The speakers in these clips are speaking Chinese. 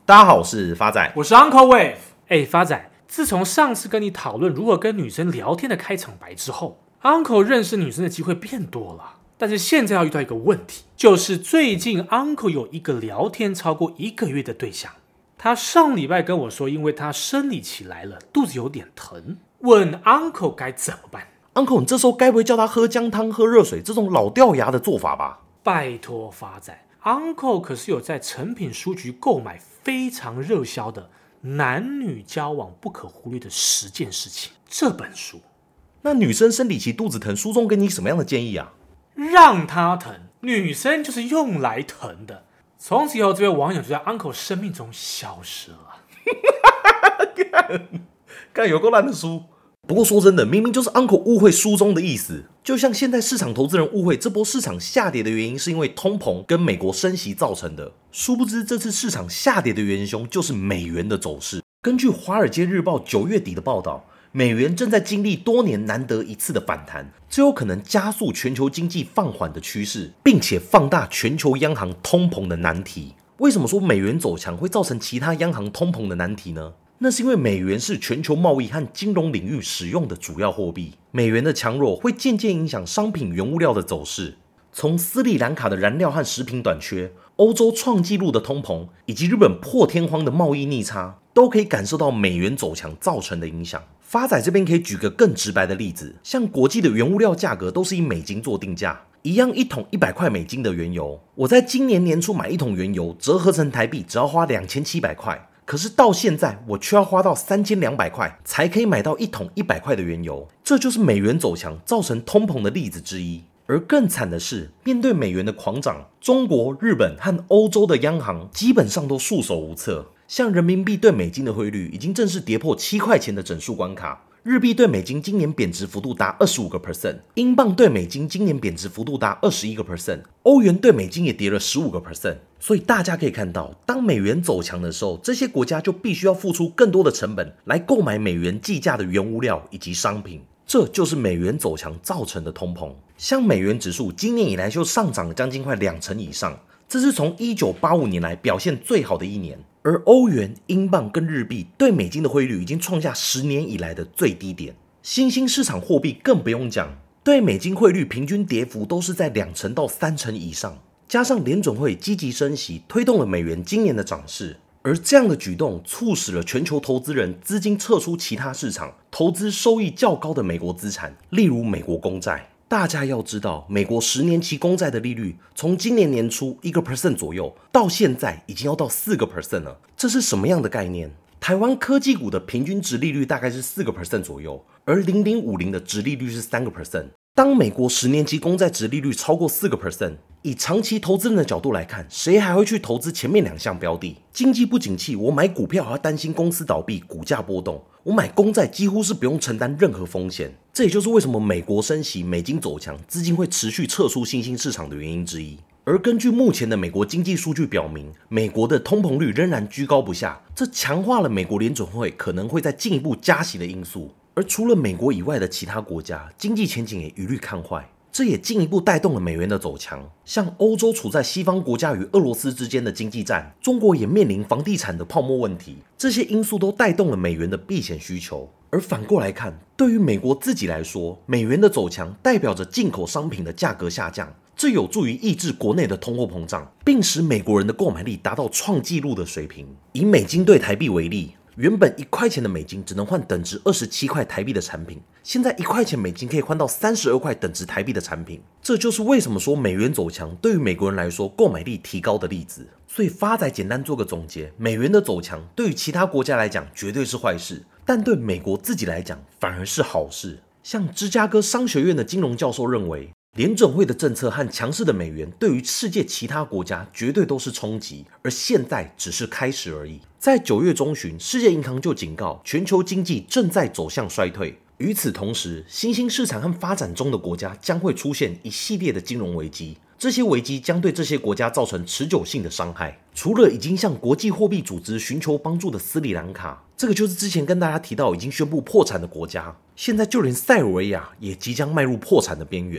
大家好，我是发仔， 我是 Uncle Wave。发仔，自从上次跟你讨论如何跟女生聊天的开场白之后 ，Uncle 认识女生的机会变多了。但是现在要遇到一个问题，就是最近 Uncle 有一个聊天超过1个月的对象，他上礼拜跟我说，因为他生理期来了，肚子有点疼，问 Uncle 该怎么办。 Uncle， 你这时候该不会叫他喝姜汤、喝热水这种老掉牙的做法吧？ 拜托发仔 ，Uncle 可是有在诚品书局购买非常热销的男女交往不可忽略的10件事情这本书。 那女生生理期肚子疼，书中给你什么样的建议啊？ 让她疼，女生就是用来疼的。从此以后，这位网友就在 Uncle 生命中消失了。 干有够烂的书。不过说真的，明明就是 Uncle 误会书中的意思，就像现在市场投资人误会这波市场下跌的原因是因为通膨跟美国升息造成的，殊不知这次市场下跌的元凶就是美元的走势。根据《华尔街日报》9月底的报道，美元正在经历多年难得一次的反弹，这有可能加速全球经济放缓的趋势，并且放大全球央行通膨的难题。为什么说美元走强会造成其他央行通膨的难题呢？那是因为美元是全球贸易和金融领域使用的主要货币，美元的强弱会渐渐影响商品原物料的走势。从斯里兰卡的燃料和食品短缺、欧洲创纪录的通膨，以及日本破天荒的贸易逆差，都可以感受到美元走强造成的影响。发仔这边可以举个更直白的例子，像国际的原物料价格都是以美金做定价，一样1桶100块美金的原油，我在今年年初买1桶原油，折合成台币只要花2700块。可是到现在我却要花到3200块才可以买到1桶100块的原油，这就是美元走强造成通膨的例子之一。而更惨的是，面对美元的狂涨，中国、日本和欧洲的央行基本上都束手无策。像人民币对美金的汇率已经正式跌破7块钱的整数关卡，日币对美金今年贬值幅度达 25%， 英镑对美金今年贬值幅度达 21%， 欧元对美金也跌了 15%。 所以大家可以看到，当美元走强的时候，这些国家就必须要付出更多的成本来购买美元计价的原物料以及商品，这就是美元走强造成的通膨。像美元指数今年以来就上涨了将近快2成以上，这是从1985年来表现最好的一年。而欧元、英镑跟日币对美金的汇率已经创下10年以来的最低点，新兴市场货币更不用讲，对美金汇率平均跌幅都是在2成到3成以上。加上联准会积极升息，推动了美元今年的涨势，而这样的举动促使了全球投资人资金撤出其他市场，投资收益较高的美国资产，例如美国公债。大家要知道，美国10年期公债的利率从今年年初1% 左右，到现在已经要到4% 了。这是什么样的概念？台湾科技股的平均殖利率大概是4% 左右，而0050的殖利率是3%。当美国10年期公债殖利率超过4%，以长期投资人的角度来看，谁还会去投资前面2项标的？经济不景气，我买股票还要担心公司倒闭、股价波动，我买公债几乎是不用承担任何风险。这也就是为什么美国升息、美金走强，资金会持续撤出新兴市场的原因之一。而根据目前的美国经济数据表明，美国的通膨率仍然居高不下，这强化了美国联准会可能会再进一步加息的因素。而除了美国以外的其他国家，经济前景也屡屡看坏，这也进一步带动了美元的走强。像欧洲处在西方国家与俄罗斯之间的经济战，中国也面临房地产的泡沫问题，这些因素都带动了美元的避险需求。而反过来看，对于美国自己来说，美元的走强代表着进口商品的价格下降，这有助于抑制国内的通货膨胀，并使美国人的购买力达到创纪录的水平。以美金对台币为例，原本1块钱的美金只能换等值27块台币的产品，现在1块钱美金可以换到32块等值台币的产品。这就是为什么说美元走强对于美国人来说购买力提高的例子。所以发仔简单做个总结，美元的走强对于其他国家来讲绝对是坏事，但对美国自己来讲反而是好事。像芝加哥商学院的金融教授认为，联准会的政策和强势的美元对于世界其他国家绝对都是冲击，而现在只是开始而已。在9月中旬，世界银行就警告全球经济正在走向衰退。与此同时，新兴市场和发展中的国家将会出现一系列的金融危机，这些危机将对这些国家造成持久性的伤害。除了已经向国际货币组织寻求帮助的斯里兰卡，这个就是之前跟大家提到已经宣布破产的国家，现在就连塞尔维亚也即将迈入破产的边缘。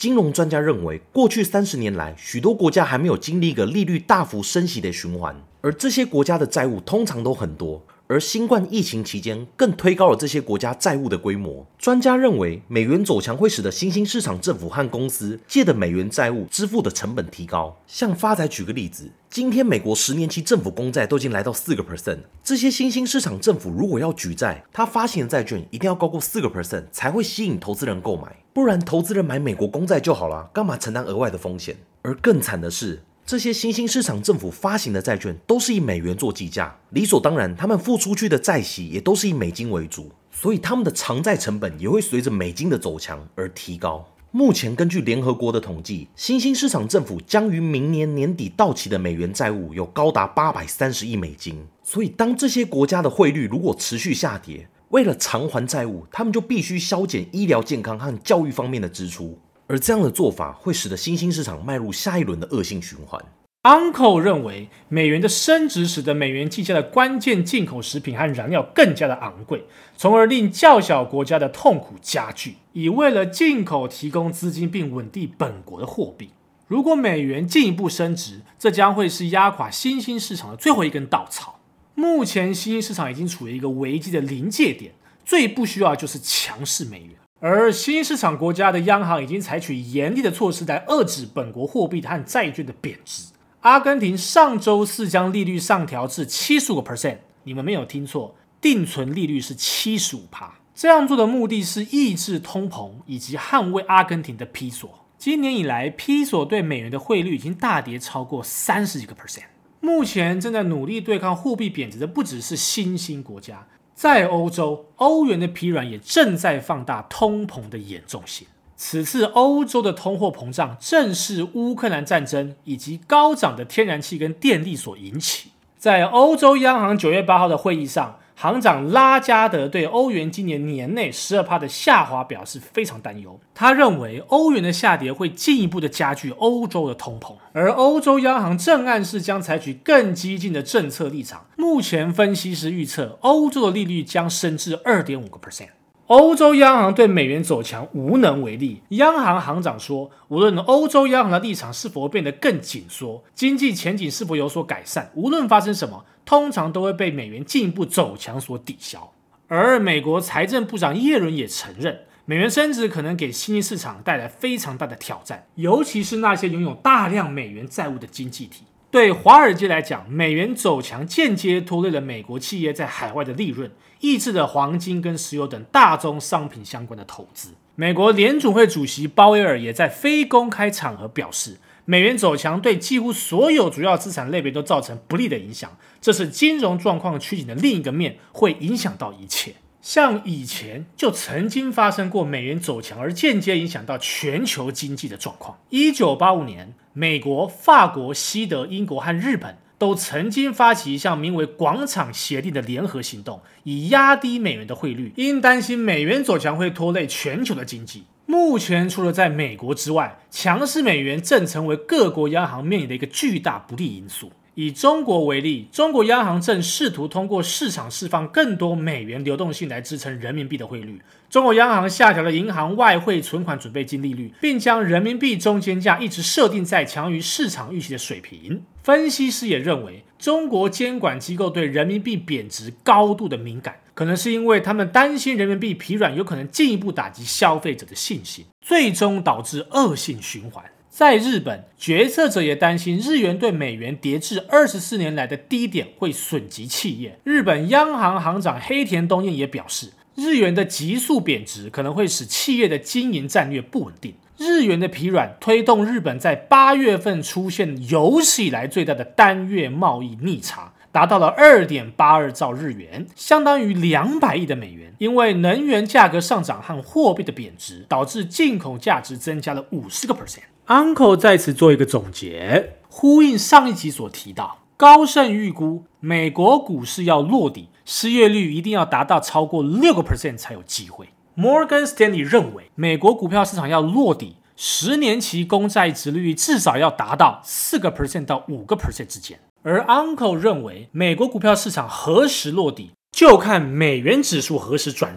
金融专家认为，过去30年来，许多国家还没有经历一个利率大幅升息的循环，而这些国家的债务通常都很多，而新冠疫情期间更推高了这些国家债务的规模。专家认为，美元走强会使得新兴市场政府和公司借的美元债务支付的成本提高。像发仔举个例子，今天美国10年期政府公债都已经来到 4%， 这些新兴市场政府如果要举债，他发行的债券一定要高过 4% 才会吸引投资人购买，不然投资人买美国公债就好了，干嘛承担额外的风险？而更惨的是，这些新兴市场政府发行的债券都是以美元做计价，理所当然他们付出去的债息也都是以美金为主，所以他们的偿债成本也会随着美金的走强而提高。目前根据联合国的统计，新兴市场政府将于明年年底到期的美元债务有高达830亿美金，所以当这些国家的汇率如果持续下跌，为了偿还债务，他们就必须削减医疗健康和教育方面的支出，而这样的做法会使得新兴市场迈入下一轮的恶性循环。 Uncle 认为，美元的升值使得美元计价的关键进口食品和燃料更加的昂贵，从而令较小国家的痛苦加剧，以为了进口提供资金并稳定本国的货币。如果美元进一步升值，这将会是压垮新兴市场的最后一根稻草。目前新兴市场已经处于一个危机的临界点，最不需要的就是强势美元。而新兴市场国家的央行已经采取严厉的措施来遏制本国货币和债券的贬值。阿根廷上周四将利率上调至 75%， 你们没有听错，定存利率是 75%。 这样做的目的是抑制通膨以及捍卫阿根廷的披索。今年以来，披索对美元的汇率已经大跌超过30几个%。目前正在努力对抗货币贬值的不只是新兴国家，在欧洲，欧元的疲软也正在放大通膨的严重性。此次欧洲的通货膨胀正是乌克兰战争以及高涨的天然气跟电力所引起。在欧洲央行9月8号的会议上，行长拉加德对欧元今年年内 12% 的下滑表示非常担忧。他认为欧元的下跌会进一步的加剧欧洲的通膨，而欧洲央行正暗示将采取更激进的政策立场。目前分析师预测，欧洲的利率将升至 2.5%。欧洲央行对美元走强无能为力。央行行长说，无论欧洲央行的立场是否变得更紧缩，经济前景是否有所改善，无论发生什么，通常都会被美元进一步走强所抵消。而美国财政部长耶伦也承认，美元升值可能给新兴市场带来非常大的挑战，尤其是那些拥有大量美元债务的经济体。对华尔街来讲，美元走强间接拖累了美国企业在海外的利润，抑制了黄金跟石油等大宗商品相关的投资。美国联储会主席鲍威尔也在非公开场合表示，美元走强对几乎所有主要资产类别都造成不利的影响，这是金融状况趋紧的另一个面，会影响到一切。像以前就曾经发生过美元走强而间接影响到全球经济的状况。1985年，美国、法国、西德、英国和日本都曾经发起一项名为广场协定的联合行动，以压低美元的汇率，因担心美元走强会拖累全球的经济。目前除了在美国之外，强势美元正成为各国央行面临的一个巨大不利因素。以中国为例，中国央行正试图通过市场释放更多美元流动性来支撑人民币的汇率。中国央行下调了银行外汇存款准备金利率，并将人民币中间价一直设定在强于市场预期的水平。分析师也认为，中国监管机构对人民币贬值高度的敏感，可能是因为他们担心人民币疲软有可能进一步打击消费者的信心，最终导致恶性循环。在日本，决策者也担心日元对美元跌至24年来的低点会损及企业。日本央行行长黑田东彦也表示，日元的急速贬值可能会使企业的经营战略不稳定。日元的疲软推动日本在8月份出现有史以来最大的单月贸易逆差，达到了 2.82 兆日元，相当于200亿的美元。因为能源价格上涨和货币的贬值，导致进口价值增加了 50%。Uncle 在此做一个总结，呼应上一集所提到，高盛预估美国股市要落底，失业率一定要达到超过 6% 才有机会。Morgan Stanley 认为，美国股票市场要落底，10年期公债殖利率至少要达到 4% 到 5% 之间。而 Uncle 认为，美国股票市场何时落底，就看美元指数何时转弱。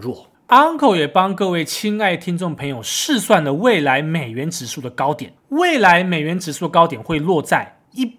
Uncle 也帮各位亲爱听众朋友试算了未来美元指数的高点，未来美元指数的高点会落在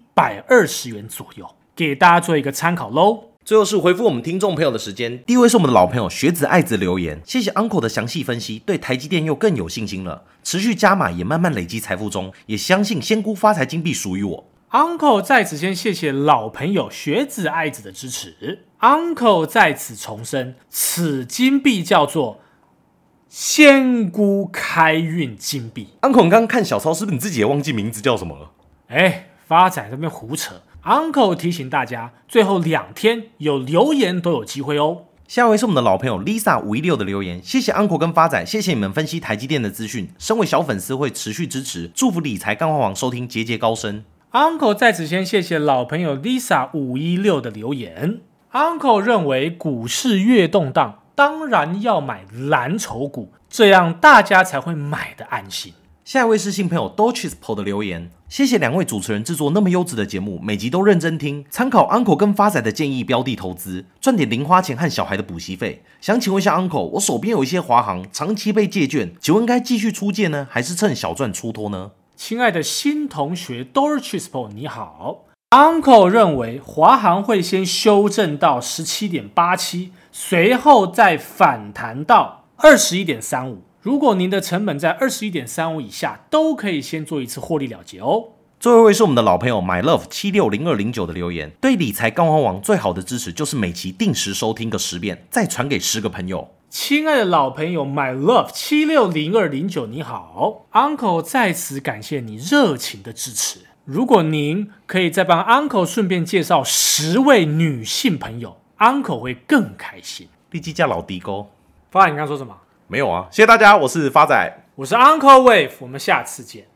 120元左右，给大家做一个参考咯。 最后是回复我们听众朋友的时间，第一位是我们的老朋友学子爱子留言，谢谢 Uncle 的详细分析，对台积电又更有信心了，持续加码也慢慢累积财富中，也相信仙姑发财金币属于我。 Uncle 在此先谢谢老朋友学子爱子的支持。Uncle 在此重申，此金币叫做仙姑开运金币。 Uncle 你刚刚看小抄，是不是你自己也忘记名字叫什么了？ 发仔这边胡扯。Uncle 提醒大家，最后2天有留言都有机会哦。 下一位是我们的老朋友 Lisa 516的留言，谢谢 Uncle 跟发仔，谢谢你们分析台积电的资讯，身为小粉丝会持续支持，祝福理财干话王收听节节高升。 Uncle 在此先谢谢老朋友 Lisa 516的留言。Uncle 认为股市越动荡，当然要买蓝筹股，这样大家才会买的安心。 下一位是新朋友 Dochispo 的留言，谢谢2位主持人制作那么优质的节目，每集都认真听，参考 Uncle 跟发仔的建议标的投资，赚点零花钱和小孩的补习费。想请问一下 Uncle， 我手边有一些华航长期被借券，请问该继续出借呢，还是趁小赚出脱呢？ 亲爱的新同学 Dochispo 你好， Uncle 认为华航会先修正到 17.87， 随后再反弹到 21.35，如果您的成本在 21.35 以下，都可以先做一次获利了结哦。 最后一位是我们的老朋友 MyLove760209 的留言，对理财干话王最好的支持就是每期定时收听个10遍，再传给10个朋友。 亲爱的老朋友 MyLove760209 你好， Uncle 在此感谢你热情的支持。如果您可以再帮 Uncle 顺便介绍10位女性朋友， Uncle 会更开心。 立即加老迪沟。 发仔你刚说什么？ 没有啊，谢谢大家，我是发仔， 我是 Uncle Wave， 我们下次见。